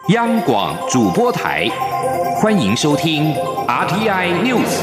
央广主播台，欢迎收听 RTI News。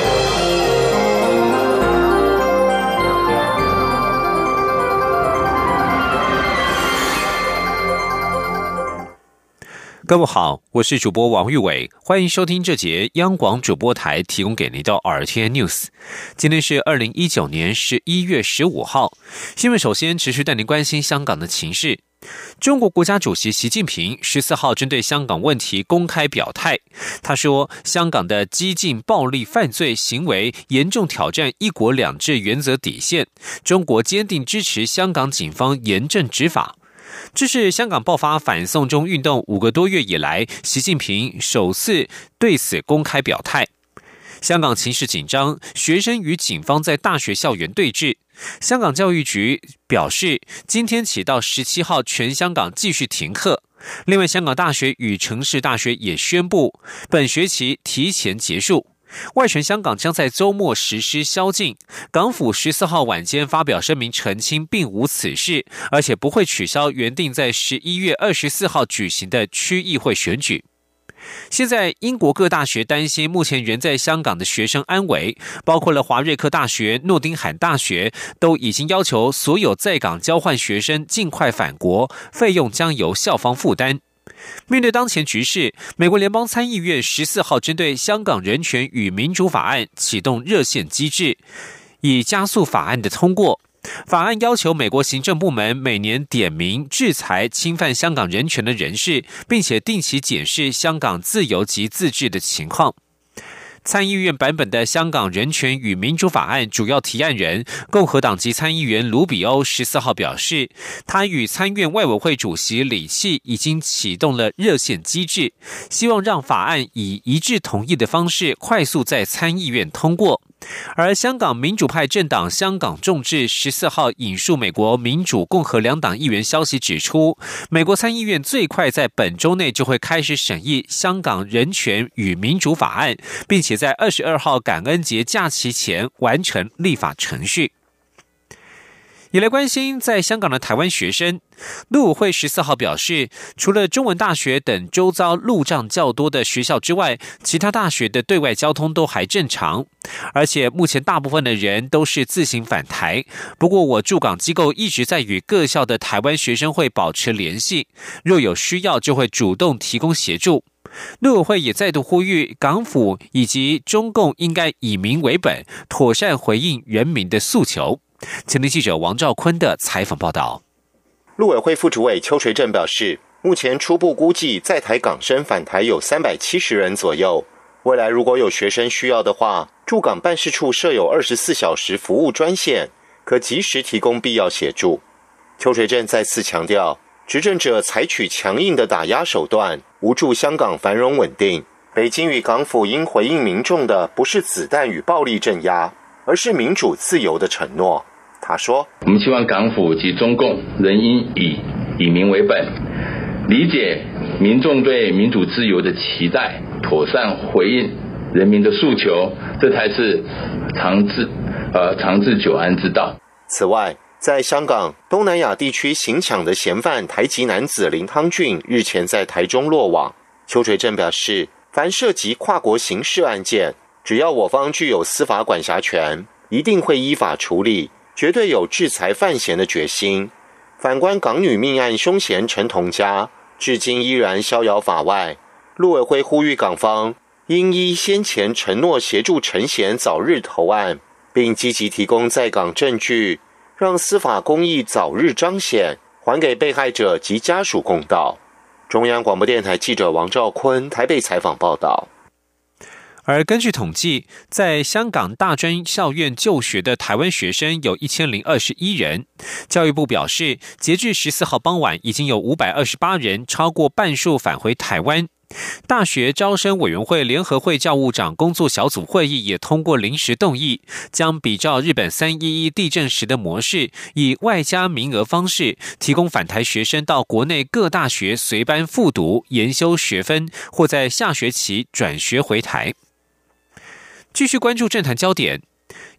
各位好，我是主播王玉伟，欢迎收听这节央广主播台提供给您的 RTI News。今天是2019年11月15号，新闻首先持续带您关心香港的情势。中国国家主席习近平14号针对香港问题公开表态，他说，香港的激进暴力犯罪行为严重挑战一国两制原则底线，中国坚定支持香港警方严正执法。这是香港爆发反送中运动5个多月以来，习近平首次对此公开表态。香港情势紧张，学生与警方在大学校园对峙。香港教育局表示，今天起到17号全香港继续停课。另外，香港大学与城市大学也宣布本学期提前结束。外传香港将在周末实施宵禁，港府14号晚间发表声明澄清并无此事，而且不会取消原定在11月24号举行的区议会选举。现在英国各大学担心目前人在香港的学生安危，包括了华瑞克大学、诺丁汉大学都已经要求所有在港交换学生尽快返国，费用将由校方负担。面对当前局势，美国联邦参议院14号针对香港人权与民主法案启动热线机制，以加速法案的通过。法案要求美国行政部门每年点名制裁侵犯香港人权的人士，并且定期检视香港自由及自治的情况。参议院版本的香港人权与民主法案主要提案人共和党籍参议员卢比欧14号表示，他与参院外委会主席李契已经启动了热线机制，希望让法案以一致同意的方式快速在参议院通过。而香港民主派政党香港众志14号引述美国民主共和两党议员消息指出，美国参议院最快在本周内就会开始审议香港人权与民主法案，并且在22号感恩节假期前完成立法程序。也来关心在香港的台湾学生，陆委会14号表示，除了中文大学等周遭路障较多的学校之外，其他大学的对外交通都还正常，而且目前大部分的人都是自行返台。不过我驻港机构一直在与各校的台湾学生会保持联系，若有需要就会主动提供协助。陆委会也再度呼吁港府以及中共应该以民为本，妥善回应人民的诉求。前天记者王兆坤的采访报道。 陆委会副主委邱垂正表示，目前初步估计在台港生返台有370人左右，未来如果有学生需要的话，驻港办事处设有24小时服务专线，可及时提供必要协助。邱垂正再次强调，执政者采取强硬的打压手段，无助香港繁荣稳定。北京与港府应回应民众的不是子弹与暴力镇压，而是民主自由的承诺。他说， 我们希望港府及中共仍应以民为本，理解民众对民主自由的期待，妥善回应人民的诉求，这才是长治久安之道。 此外，在香港东南亚地区行抢的嫌犯台籍男子林汤俊日前在台中落网。邱垂正表示，凡涉及跨国刑事案件，只要我方具有司法管辖权，一定会依法处理，绝对有制裁犯嫌的决心。反观港女命案凶嫌陈同佳，至今依然逍遥法外。陆委会呼吁港方应依先前承诺协助陈嫌早日投案，并积极提供在港证据，让司法公义早日彰显，还给被害者及家属公道。中央广播电台记者王兆坤台北采访报道。 而根据统计，在香港大专校院就学的台湾学生有1021人。教育部表示，截至14号傍晚，已经有528人，超过半数返回台湾。大学招生委员会联合会教务长工作小组会议也通过临时动议，将比照日本311地震时的模式，以外加名额方式，提供返台学生到国内各大学随班复读、研修学分，或在下学期转学回台。继续关注政坛焦点，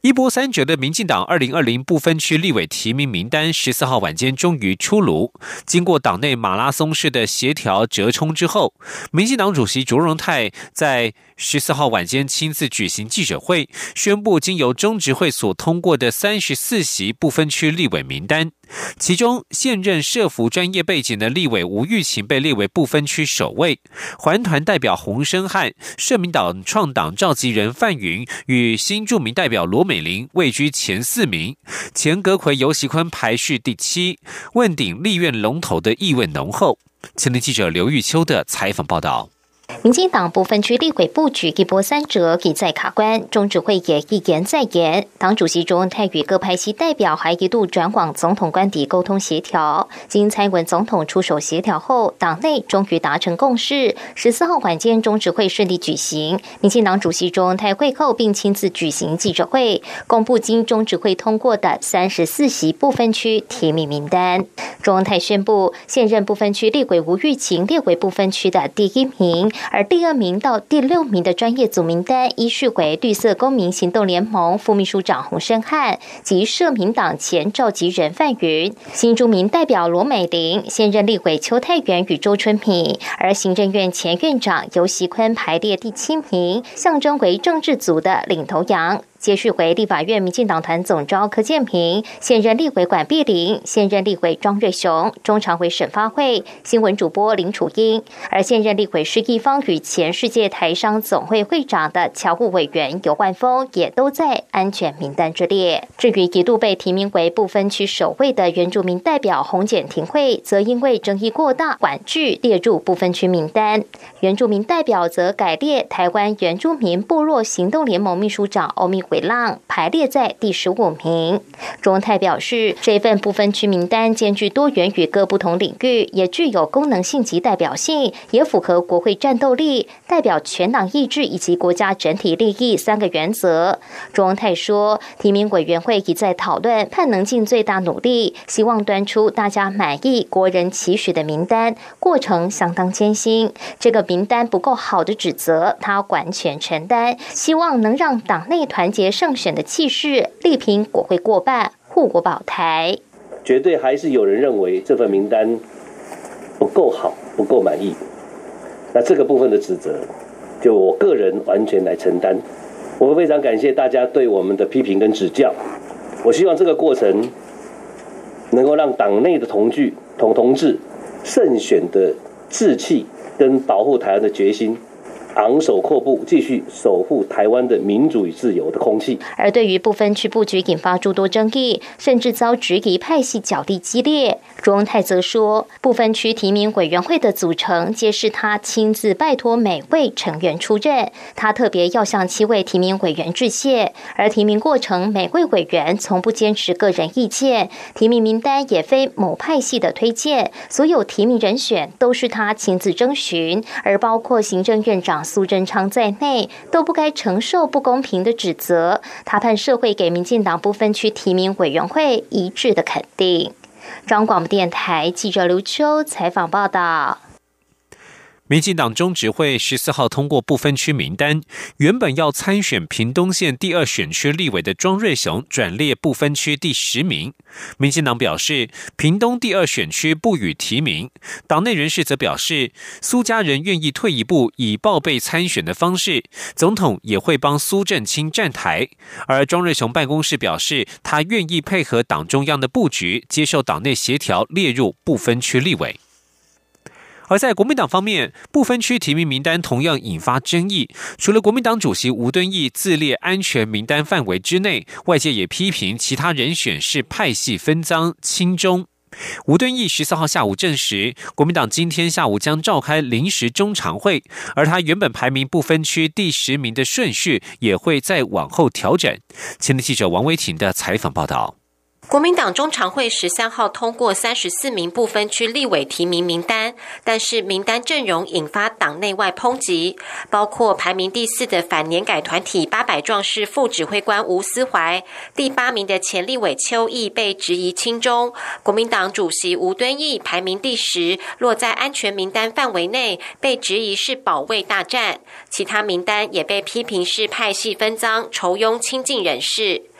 一波三折的民进党2020不分区立委提名名单14号晚间终于出炉。经过党内马拉松式的协调折冲之后，民进党主席卓荣泰在14号晚间亲自举行记者会，宣布经由中执会所通过的34席不分区立委名单，其中现任社福专业背景的立委吴玉琴被列为不分区首位，环团代表洪申翰、社民党创党召集人范云与新著名代表罗美玲位居前4名，前阁揆游锡堃排序第7，问鼎立院龙头的意味浓厚。前天记者刘玉秋的采访报道。 民进党不分区立委布局一波三折，一再卡关，中执会也一言再言。党主席卓荣泰与各派系代表还一度转往总统官邸沟通协调。经蔡英文总统出手协调后，党内终于达成共识。14号晚间，中执会顺利举行，民进党主席卓荣泰会后，并亲自举行记者会，公布经中执会通过的34席不分区提名名单。卓荣泰宣布，现任不分区立委吴玉琴列为不分区的第1名。而第2名到第6名的专业组名单依序为绿色公民行动联盟副秘书长洪申翰及社民党前召集人范云，新著名代表罗美玲，现任立委邱泰源与周春米，而行政院前院长游锡堃排列第7名，象征为政治组的领头羊。接续为立法院民进党团总召柯建铭，现任立委管碧玲，现任立委庄瑞雄，中常委沈发慧，新闻主播林楚英，而现任立委施一方与前世界台商总会会长的侨务委员游万峰也都在安全名单之列。至于一度被提名为不分区首位的原住民代表洪简庭慧，则因为争议过大，婉拒列入不分区名单。原住民代表则改列台湾原住民部落行动联盟秘书长欧米回浪，排列在第15名。卓荣泰表示，这份不分区名单兼具多元与各不同领域，也具有功能性及代表性，也符合国会战斗力、代表全党意志以及国家整体利益3个原则。卓荣泰说，提名委员会一再讨论，盼能尽最大努力，希望端出大家满意、国人期许的名单，过程相当艰辛。这个名单不够好的指责，他完全承担，希望能让党内团结胜选的气势，力拼国会过半，护国保台。 绝对还是有人认为这份名单不够好，不够满意。那这个部分的指责，就我个人完全来承担。我非常感谢大家对我们的批评跟指教。我希望这个过程能够让党内的同志胜选的志气跟保护台湾的决心昂首阔步，继续守护台湾的民主与自由的空气。 而对于不分区布局引发诸多争议，甚至遭质疑派系角力激烈，卓荣泰则说，不分区提名委员会的组成皆是他亲自拜托每位成员出任，他特别要向7位提名委员致谢。而提名过程，每位委员从不坚持个人意见，提名名单也非某派系的推荐，所有提名人选都是他亲自征询，而包括行政院长苏贞昌在内，都不该承受不公平的指责。他盼社会给民进党不分区提名委员会一致的肯定。中央广播电台记者刘秋采访报道。 民进党中执会14号通过不分区名单，原本要参选屏东县第2选区立委的庄瑞雄转列不分区第10名。民进党表示，屏东第2选区不予提名。党内人士则表示，苏家人愿意退一步以报备参选的方式，总统也会帮苏正清站台。而庄瑞雄办公室表示，他愿意配合党中央的布局，接受党内协调列入不分区立委。而在国民党方面，不分区提名名单同样引发争议。除了国民党主席吴敦义自列安全名单范围之内，外界也批评其他人选是派系分赃、亲中。吴敦义14号下午证实，国民党今天下午将召开临时中常会，而他原本排名不分区第10名的顺序也会再往后调整。前天记者王威婷的采访报道。 国民党中常会13号通过34名不分区立委提名名单，但是名单阵容引发党内外抨击，包括排名第4的反年改团体800壮士副指挥官吴思怀，第8名的前立委邱毅被质疑亲中，国民党主席吴敦义排名第10，落在安全名单范围内，被质疑是保卫大战，其他名单也被批评是派系分赃、酬庸亲近人士。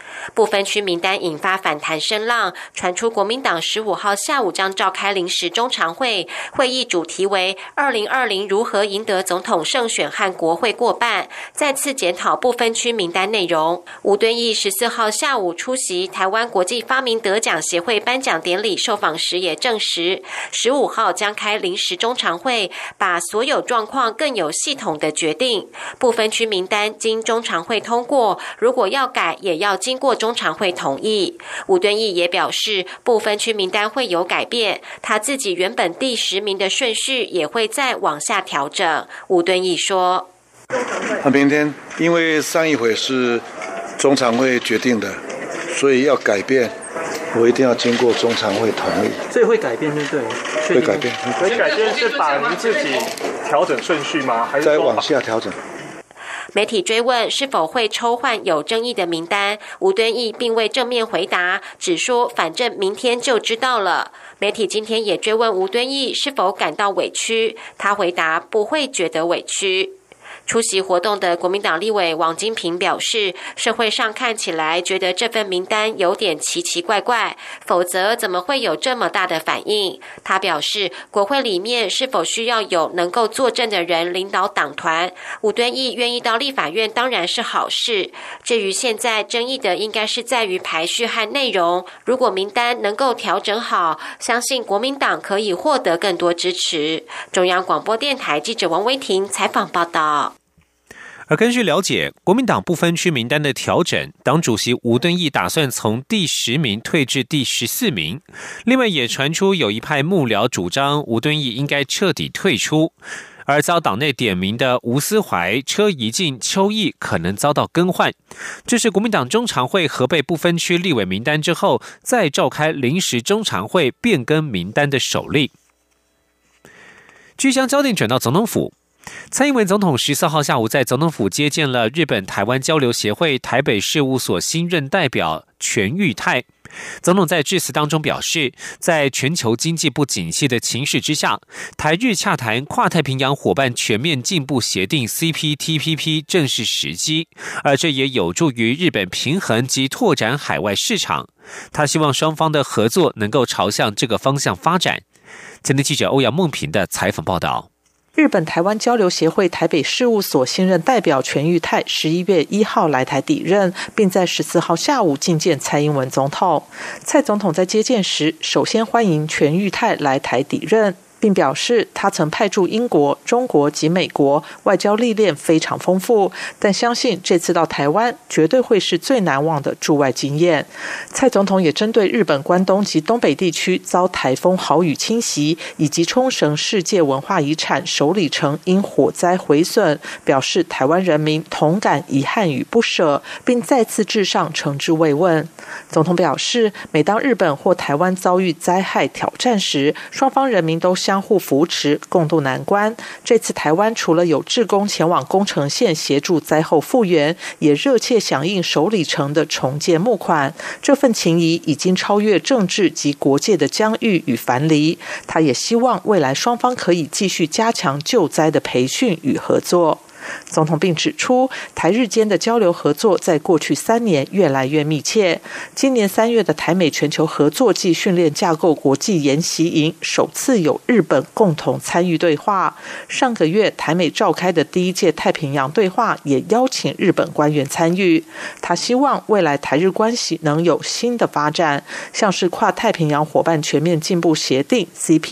不分区名单引发反弹声浪，传出国民党15号下午将召开临时中常会，会议主题为2020如何赢得总统胜选和国会过半，再次检讨不分区名单内容。吴敦义14号下午出席台湾国际发明得奖协会颁奖典礼受访时也证实，15号将开临时中常会，把所有状况更有系统的决定。不分区名单经中常会通过，如果要改也要经过中常会同意。吴敦义也表示，不分区名单会有改变，他自己原本第10名的顺序也会再往下调整。吴敦义说： 明天因为上一回是中常会决定的，所以要改变，我一定要经过中常会同意。 所以会改变，对不对？ 会改变。 所以改变是把您自己调整顺序吗？还是再往下调整？ 媒体追问是否会抽换有争议的名单，吴敦义并未正面回答，只说反正明天就知道了。媒体今天也追问吴敦义是否感到委屈，他回答不会觉得委屈。出席活动的国民党立委王金平表示，社会上看起来觉得这份名单有点奇奇怪怪，否则怎么会有这么大的反应？他表示，国会里面是否需要有能够作证的人领导党团？吴敦义愿意到立法院当然是好事。至于现在争议的应该是在于排序和内容，如果名单能够调整好，相信国民党可以获得更多支持。中央广播电台记者王威婷采访报道。 而根据了解，国民党不分区名单的调整，党主席吴敦义打算从第10名退至第14名。另外也传出有一派幕僚主张吴敦义应该彻底退出，而遭党内点名的吴思怀、车宜进、邱毅可能遭到更换。这是国民党中常会核备不分区立委名单之后，再召开临时中常会变更名单的首例。据将焦点转到总统府。蔡英文总统14号下午在总统府接见了日本台湾交流协会台北事务所新任代表全玉泰。总统在致辞当中表示，在全球经济不景气的情势之下，台日洽谈跨太平洋伙伴全面进步协定 CPTPP 正是时机，而这也有助于日本平衡及拓展海外市场。他希望双方的合作能够朝向这个方向发展。前天记者欧阳梦平的采访报道。 日本台湾交流协会台北事务所新任代表全玉泰11月1号来台抵任，并在14号下午觐见蔡英文总统。蔡总统在接见时，首先欢迎全玉泰来台抵任，并表示他曾派驻英国、中国及美国，外交历练非常丰富，但相信这次到台湾绝对会是最难忘的驻外经验。蔡总统也针对日本关东及东北地区遭台风豪雨侵袭，以及冲绳世界文化遗产首里城因火灾毁损，表示台湾人民同感遗憾与不舍，并再次致上诚挚慰问。总统表示，每当日本或台湾遭遇灾害挑战时，双方人民都相互扶持，共度难关。这次台湾除了有志工前往宫城县协助灾后复原，也热切响应首里城的重建募款。这份情谊已经超越政治及国界的疆域与藩篱。他也希望未来双方可以继续加强救灾的培训与合作。总统并指出，台日间的交流合作在过去3年越来越密切。今年3月的台美全球合作暨训练架构国际研习营首次有日本共同参与对话。上个月台美召开的第1届太平洋对话也邀请日本官员参与。他希望未来台日关系能有新的发展，像是跨太平洋伙伴全面进步协定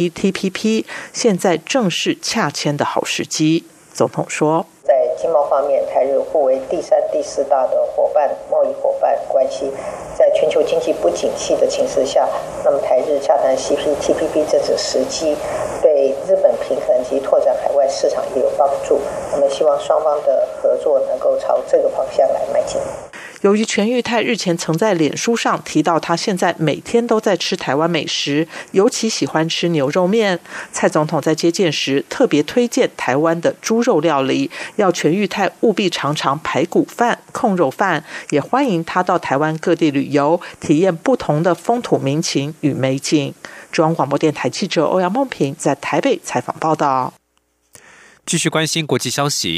CPTPP， 现在正是洽签的好时机。总统说， 在经贸方面，台日互为第3、第4大的贸易伙伴关系，在全球经济不景气的情势下，那么台日洽谈 CPTPP 这是时机，对日本平衡及拓展海外市场也有帮助。我们希望双方的合作能够朝这个方向来迈进。 由于全玉泰日前曾在脸书上提到他现在每天都在吃台湾美食，尤其喜欢吃牛肉面，蔡总统在接见时特别推荐台湾的猪肉料理，要全玉泰务必尝尝排骨饭、控肉饭，也欢迎他到台湾各地旅游，体验不同的风土民情与美景。中央广播电台记者欧阳梦平在台北采访报道。 继续关心国际消息。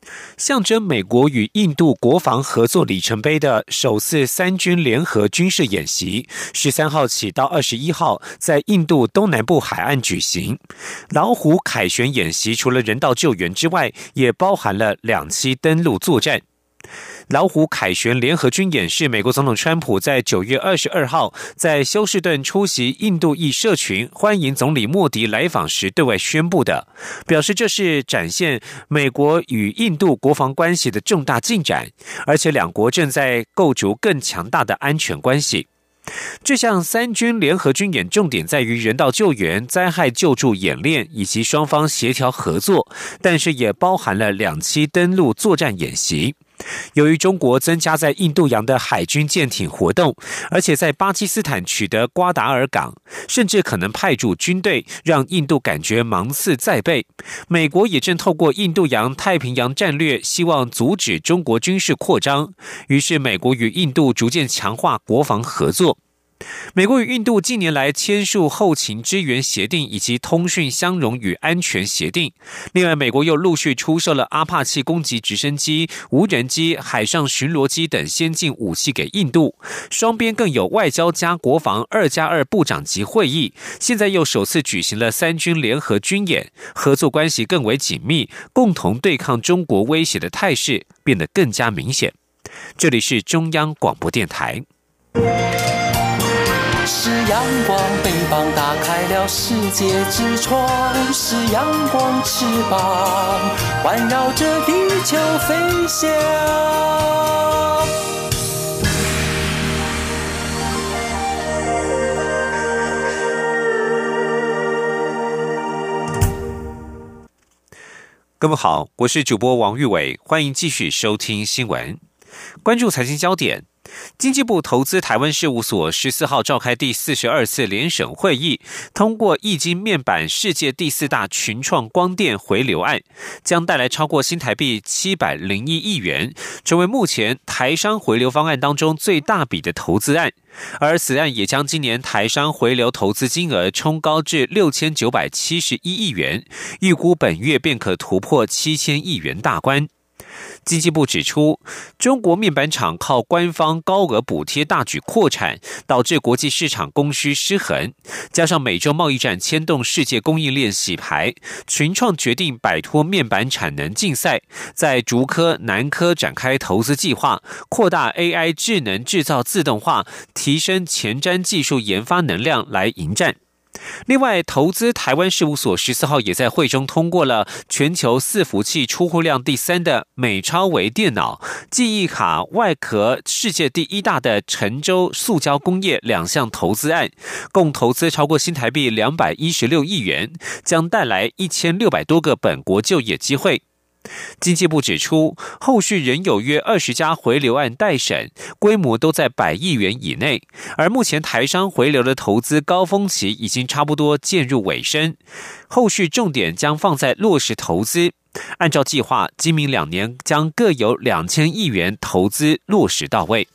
象征美国与印度国防合作里程碑的首次三军联合军事演习，13号起到21号在印度东南部海岸举行。老虎凯旋演习除了人道救援之外，也包含了2栖登陆作战。老虎凯旋联合军演是美国总统川普在9月22号在休士顿出席印度裔社群欢迎总理莫迪来访时对外宣布的，表示这是展现美国与印度国防关系的重大进展，而且两国正在构筑更强大的安全关系。这项三军联合军演重点在于人道救援、灾害救助演练以及双方协调合作，但是也包含了2栖登陆作战演习。由于中国增加在印度洋的海军舰艇活动，而且在巴基斯坦取得瓜达尔港，甚至可能派驻军队，让印度感觉芒刺在背。美国也正透过印度洋太平洋战略，希望阻止中国军事扩张。于是美国与印度逐渐强化国防合作。美国与印度近年来签署后勤支援协定以及通讯相容与安全协定。另外，美国又陆续出售了阿帕契攻击直升机、无人机、海上巡逻机等先进武器给印度。双边更有外交加国防2+2部长级会议，现在又首次举行了三军联合军演，合作关系更为紧密，共同对抗中国威胁的态势变得更加明显。这里是中央广播电台。 是阳光，翅膀打开了世界之窗，是阳光翅膀环绕着地球飞翔。 各位好，我是主播王玉伟，欢迎继续收听新闻，关注财经焦点。经济部投资台湾事务所14号召开第42次联审会议，通过液晶面板世界第4大群创光电回流案，将带来超过新台币701亿元，成为目前台商回流方案当中最大笔的投资案。而此案也将今年台商回流投资金额冲高至6971亿元，预估本月便可突破7000亿元大关。经济部指出，中国面板厂靠官方高额补贴大举扩产，导致国际市场供需失衡，加上美洲贸易战牵动世界供应链洗牌，群创决定摆脱面板产能竞赛，在竹科、南科展开投资计划，扩大 AI 智能制造自动化，提升前瞻技术研发能量来迎战。另外，投资台湾事务所14号也在会中通过了全球伺服器出货量第3的美超微电脑、记忆卡外壳世界第1大的成州塑胶工业2项投资案，共投资超过新台币216亿元，将带来1600多个本国就业机会。经济部指出，后续仍有约20家回流案待审，规模都在100亿元以内，而目前台商回流的投资高峰期已经差不多渐入尾声，后续重点将放在落实投资。按照计划，今明2年将各有2000亿元投资落实到位。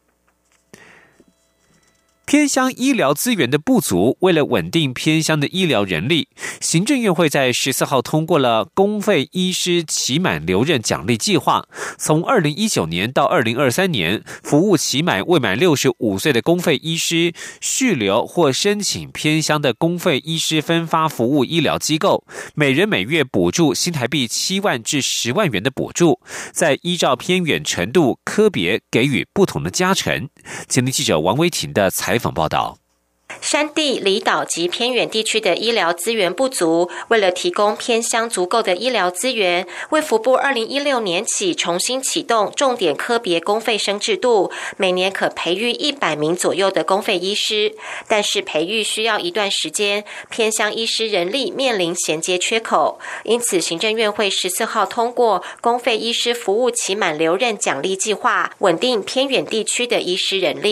偏乡医疗资源的不足，为了稳定偏乡的医疗人力，行政院会在14号通过了公费医师期满留任奖励计划，从2019年到2023年，服务期满未满65岁的公费医师续留或申请偏乡的公费医师分发服务医疗机构，每人每月补助新台币7万至10万元的补助，再依照偏远程度科别给予不同的加成。前天记者王威婷的采访报道。 山地、离岛及偏远地区的医疗资源不足，为了提供偏乡足够的医疗资源，卫福部2016年起重新启动重点科别公费生制度，每年可培育100名左右的公费医师，但是培育需要一段时间，偏乡医师人力面临衔接缺口，因此行政院会14号通过公费医师服务期满留任奖励计划，稳定偏远地区的医师人力。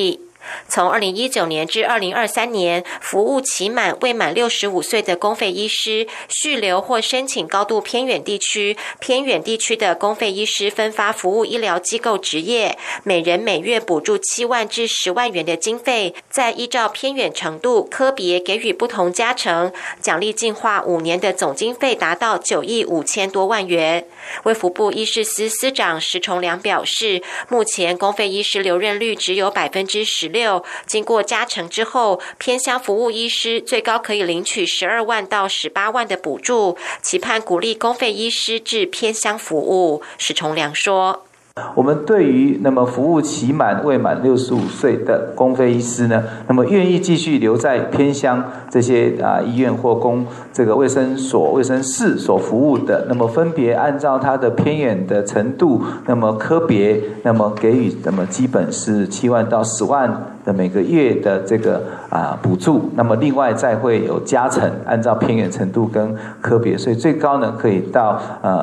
从2019年至2023年，服务期满未满65岁的公费医师续留或申请高度偏远地区的公费医师分发服务医疗机构职业，每人每月补助7万至10万元的经费，再依照偏远程度科别给予不同加成，奖励计划5年的总经费达到9亿5千多万元。卫福部医事司司长石崇良表示，目前公费医师留任率只有16%，经过加成之后，偏乡服务医师最高可以领取12万到18万的补助，期盼鼓励公费医师至偏乡服务。石崇良说， 我们对于那么服务期满未满65岁的公费医师呢，那么愿意继续留在偏乡这些医院或这个卫生所、卫生室所服务的，那么分别按照他的偏远的程度，那么科别，那么给予那么基本是7万到10万的每个月的这个补助，那么另外再会有加成，按照偏远程度跟科别，所以最高呢可以到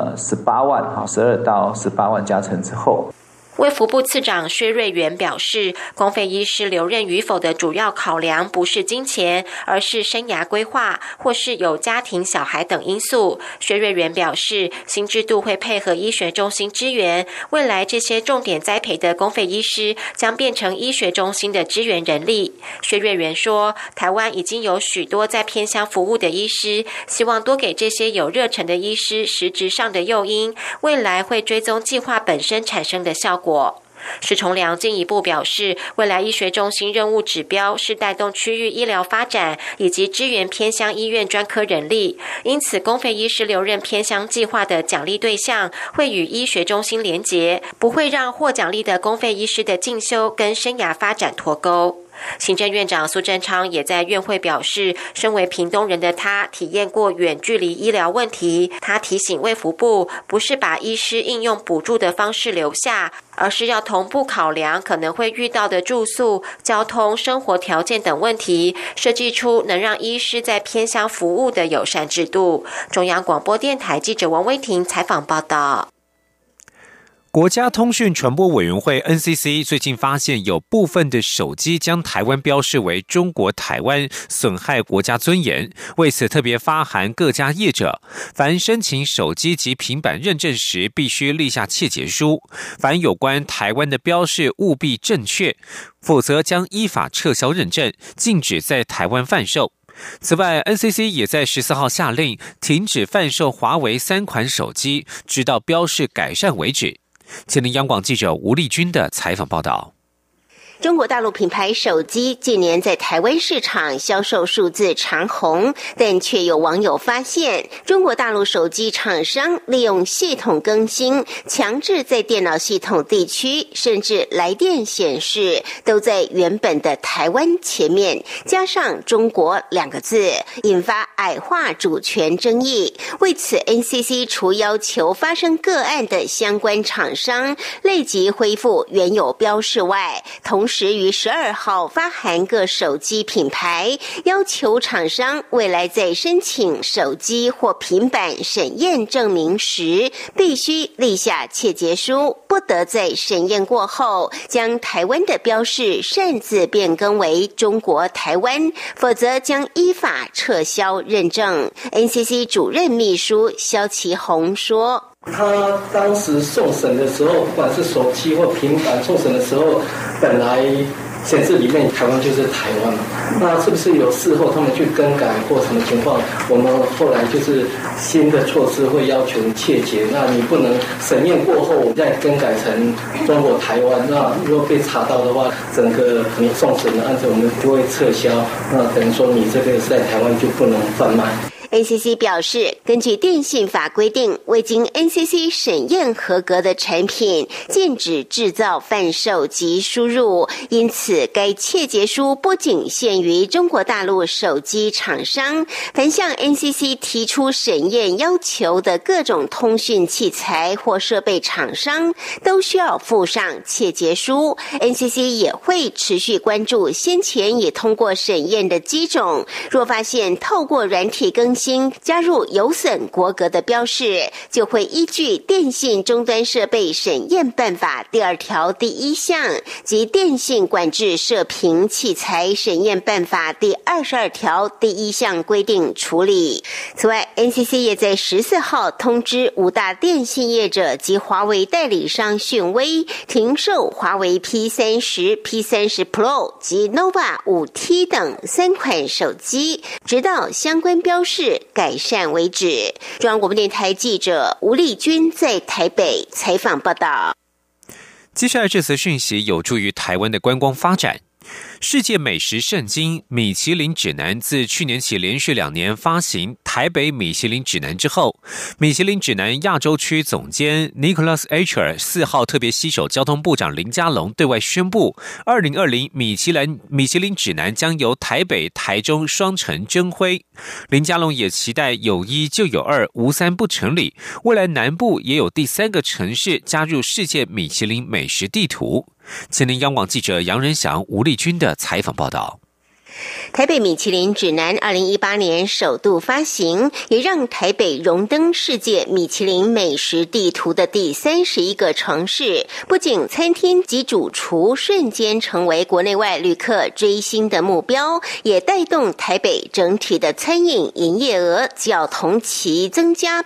18万，12到18万加成之后。 卫福部次长薛瑞元表示，公费医师留任与否的主要考量不是金钱，而是生涯规划或是有家庭小孩等因素。薛瑞元表示，新制度会配合医学中心支援，未来这些重点栽培的公费医师将变成医学中心的支援人力。薛瑞元说，台湾已经有许多在偏乡服务的医师，希望多给这些有热忱的医师实质上的诱因，未来会追踪计划本身产生的效果。石崇良进一步表示，未来医学中心任务指标是带动区域医疗发展以及支援偏乡医院专科人力，因此公费医师留任偏乡计划的奖励对象会与医学中心连结，不会让获奖励的公费医师的进修跟生涯发展脱钩。行政院长苏贞昌也在院会表示，身为屏东人的他体验过远距离医疗问题，他提醒卫福部不是把医师应用补助的方式留下，而是要同步考量可能会遇到的住宿、交通、生活条件等问题，设计出能让医师在偏乡服务的友善制度。中央广播电台记者王威婷采访报道。 国家通讯传播委员会 NCC 最近发现有部分的手机将台湾标示为中国台湾，损害国家尊严，为此特别发函各家业者，凡申请手机及平板认证时必须立下切结书，凡有关台湾的标示务必正确，否则将依法撤销认证，禁止在台湾贩售。此外 NCC 也在14号下令停止贩售华为3款手机，直到标示改善为止。前天央广记者吴丽君的采访报道。 中国大陆品牌手机近年在台湾市场销售数字长红，但却有网友发现，中国大陆手机厂商利用系统更新，强制在电脑系统地区甚至来电显示都在原本的台湾前面加上中国2个字，引发矮化主权争议。为此 NCC 除要求发生个案的相关厂商立即恢复原有标示外，同时于12号发函各手机品牌，要求厂商未来在申请手机或平板审验证明时，必须立下切结书，不得在审验过后将台湾的标示擅自变更为中国台湾，否则将依法撤销认证。 NCC 主任秘书肖其宏说， 他当时送审的时候，不管是手机或平板送审的时候，本来显示里面台湾就是台湾嘛，那是不是有事后他们去更改或什么情况？我们后来就是新的措施会要求切结，那你不能审验过后再更改成中国台湾，那如果被查到的话，整个你送审的案子我们就会撤销，那等于说你这个在台湾就不能贩卖。 NCC 表示，根据电信法规定，未经 NCC 审验合格的产品禁止制造、贩售及输入，因此该切结书不仅限于中国大陆手机厂商，凡向 NCC 提出审验要求的各种通讯器材或设备厂商都需要附上切结书。 NCC 也会持续关注先前已通过审验的机种，若发现透过软体更新新加入有损国格的标示，就会依据电信终端设备审验办法第2条第1项及电信管制射频器材审验办法第22条第1项规定处理。此外 NCC 也在14号通知5大电信业者及华为代理商讯威停售华为 P30、P30 Pro 及 Nova 5T 等3款手机，直到相关标示改善为止。中央广播电台记者吴丽君在台北采访报道。 接下来这则讯息有助于台湾的观光发展。世界美食圣经米其林指南自去年起连续2年发行台北米其林指南之后，米其林指南亚洲区总监 Nicholas H. 4号特别携手交通部长林佳龙对外宣布，2020米其林指南将由台北、台中双城争辉。林佳龙也期待有一就有二，无三不成理，未来南部也有第3个城市加入世界米其林美食地图。前年央广记者杨仁祥、吴丽君的采访报道。 台北米其林指南2018年首度发行，也让台北荣登世界米其林美食地图的第31个城市。不仅餐厅及主厨瞬间成为国内外旅客追星的目标，也带动台北整体的餐饮营业额较同期增加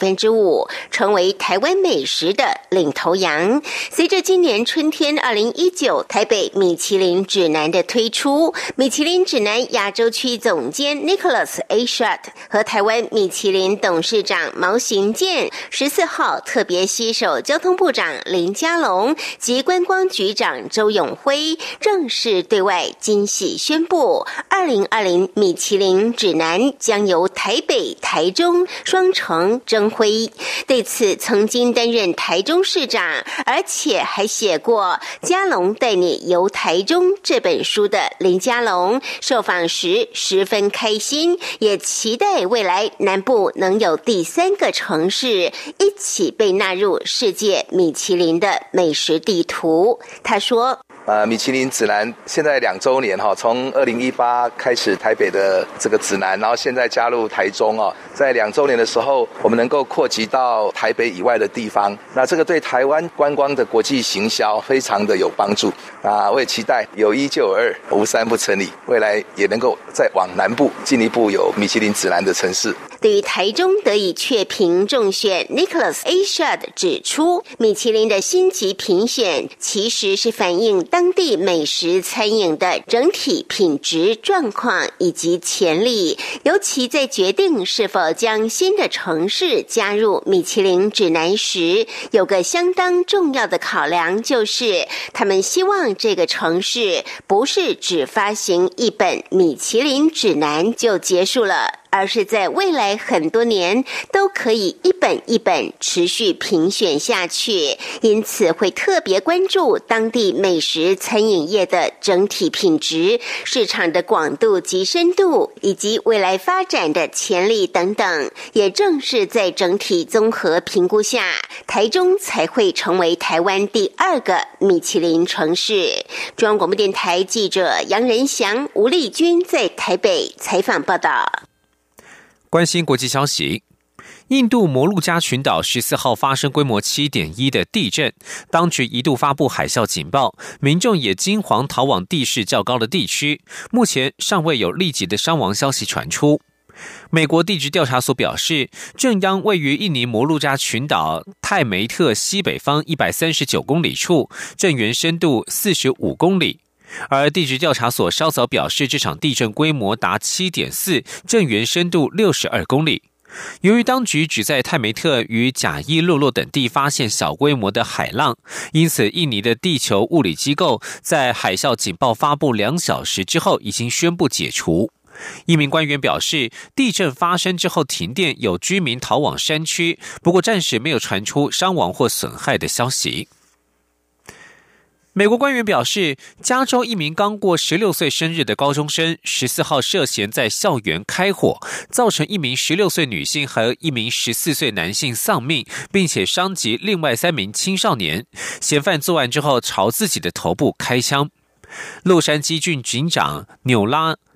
5%， 成为台湾美食的领头羊。随着今年春天2019台北米其林指南的推出，米其林指南亚洲区总监 Nicholas H. 和台湾米其林董事长毛行健14号特别携手交通部长林佳龙及观光局长周永辉，正式对外惊喜宣布，2020米其林指南将由台北、台中双城争辉。对此，曾经担任台中市长，而且还写过《佳龙带你游台中》这本书的林佳龙受访时十分开心，也期待未来南部能有第3个城市一起被纳入世界米其林的美食地图。他说米其林指南现在2周年哈，从2018开始台北的这个指南，然后现在加入台中哦，在2周年的时候，我们能够扩及到台北以外的地方，那这个对台湾观光的国际行销非常的有帮助啊！我也期待有一就有二，无三不成理，未来也能够再往南部进一步有米其林指南的城市。 对于台中得以确评中选 Nicholas H. 指出，米其林的星级评选其实是反映当地美食餐饮的整体品质状况以及潜力，尤其在决定是否将新的城市加入米其林指南时，有个相当重要的考量，就是他们希望这个城市不是只发行一本米其林指南就结束了，而是在未来很多年都可以一本一本持续评选下去，因此会特别关注当地美食餐饮业的整体品质、市场的广度及深度，以及未来发展的潜力等等。也正是在整体综合评估下，台中才会成为台湾第2个米其林城市。中央广播电台记者杨仁祥、吴丽君在台北采访报道。 关心国际消息，印度摩鹿加群岛14号发生规模 7.1 的地震，当局一度发布海啸警报，民众也惊惶逃往地势较高的地区，目前尚未有立即的伤亡消息传出。美国地质调查所表示，震央位于印尼摩鹿加群岛泰梅特西北方139公里处，震源深度45公里。而地质调查所稍早表示，这场地震规模达 7.4， 震源深度62公里。由于当局只在泰梅特与贾伊洛洛等地发现小规模的海浪，因此印尼的地球物理机构在海啸警报发布2小时之后已经宣布解除。一名官员表示，地震发生之后停电，有居民逃往山区，不过暂时没有传出伤亡或损害的消息。美国官员表示，加州一名刚过16岁生日的高中生14号涉嫌在校园开火，造成一名16岁女性和一名14岁男性丧命，并且伤及另外3名青少年。嫌犯作案之后朝自己的头部开枪。洛杉矶郡警长纽拉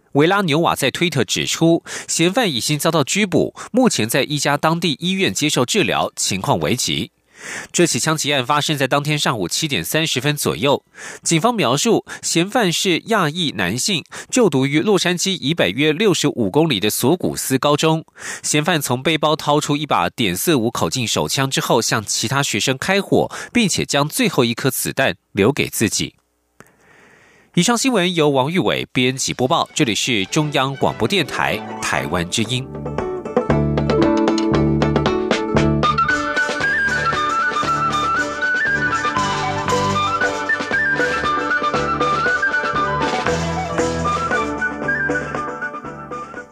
维拉纽瓦在推特指出，嫌犯已经遭到拘捕，目前在一家当地医院接受治疗，情况危急。这起枪击案发生在当天上午7点30分左右。警方描述，嫌犯是亚裔男性，就读于洛杉矶以北约65公里的索古斯高中。嫌犯从背包掏出一把.45口径手枪之后，向其他学生开火，并且将最后一颗子弹留给自己。以上新闻由王玉伟编辑播报，这里是中央广播电台台湾之音。